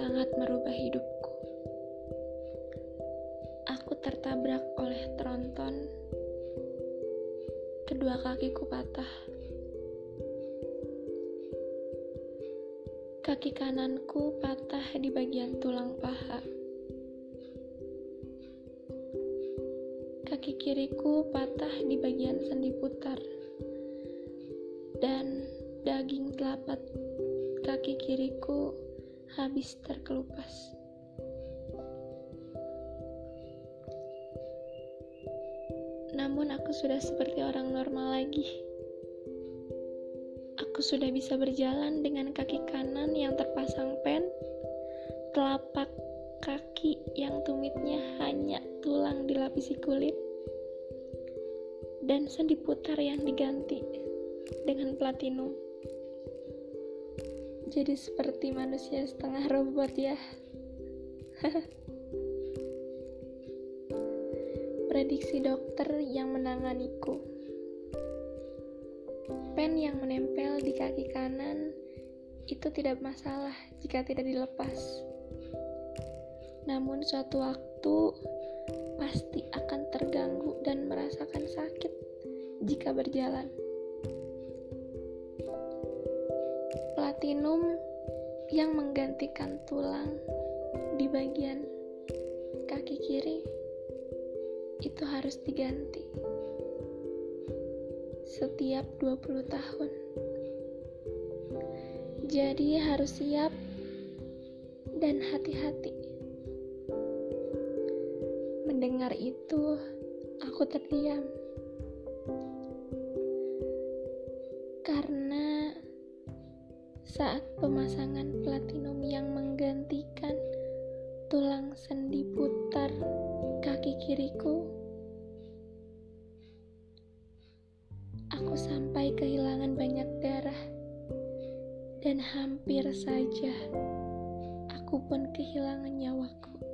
sangat merubah hidupku. Aku tertabrak oleh tronton. Kedua kakiku patah. Kaki kananku patah di bagian tulang paha. Kaki kiriku patah di bagian sendi putar. Dan daging telapak kaki kiriku habis terkelupas. Namun aku sudah seperti orang normal lagi. Aku sudah bisa berjalan dengan kaki kanan yang terpasang pen, telapak kaki yang tumitnya hanya tulang dilapisi kulit, dan sendi putar yang diganti dengan platinum. Jadi seperti manusia setengah robot ya. Prediksi dokter yang menanganiku. Pen yang menempel di kaki kanan itu tidak masalah jika tidak dilepas. Namun suatu waktu pasti akan terganggu dan merasakan sakit jika berjalan. Platinum yang menggantikan tulang di bagian kaki kiri itu harus diganti setiap 20 tahun. Jadi harus siap dan hati-hati. Mendengar itu, aku terdiam. Karena saat pemasangan platinum yang menggantikan tulang sendi putar kaki kiriku, aku sampai kehilangan banyak darah, dan hampir saja aku pun kehilangan nyawaku.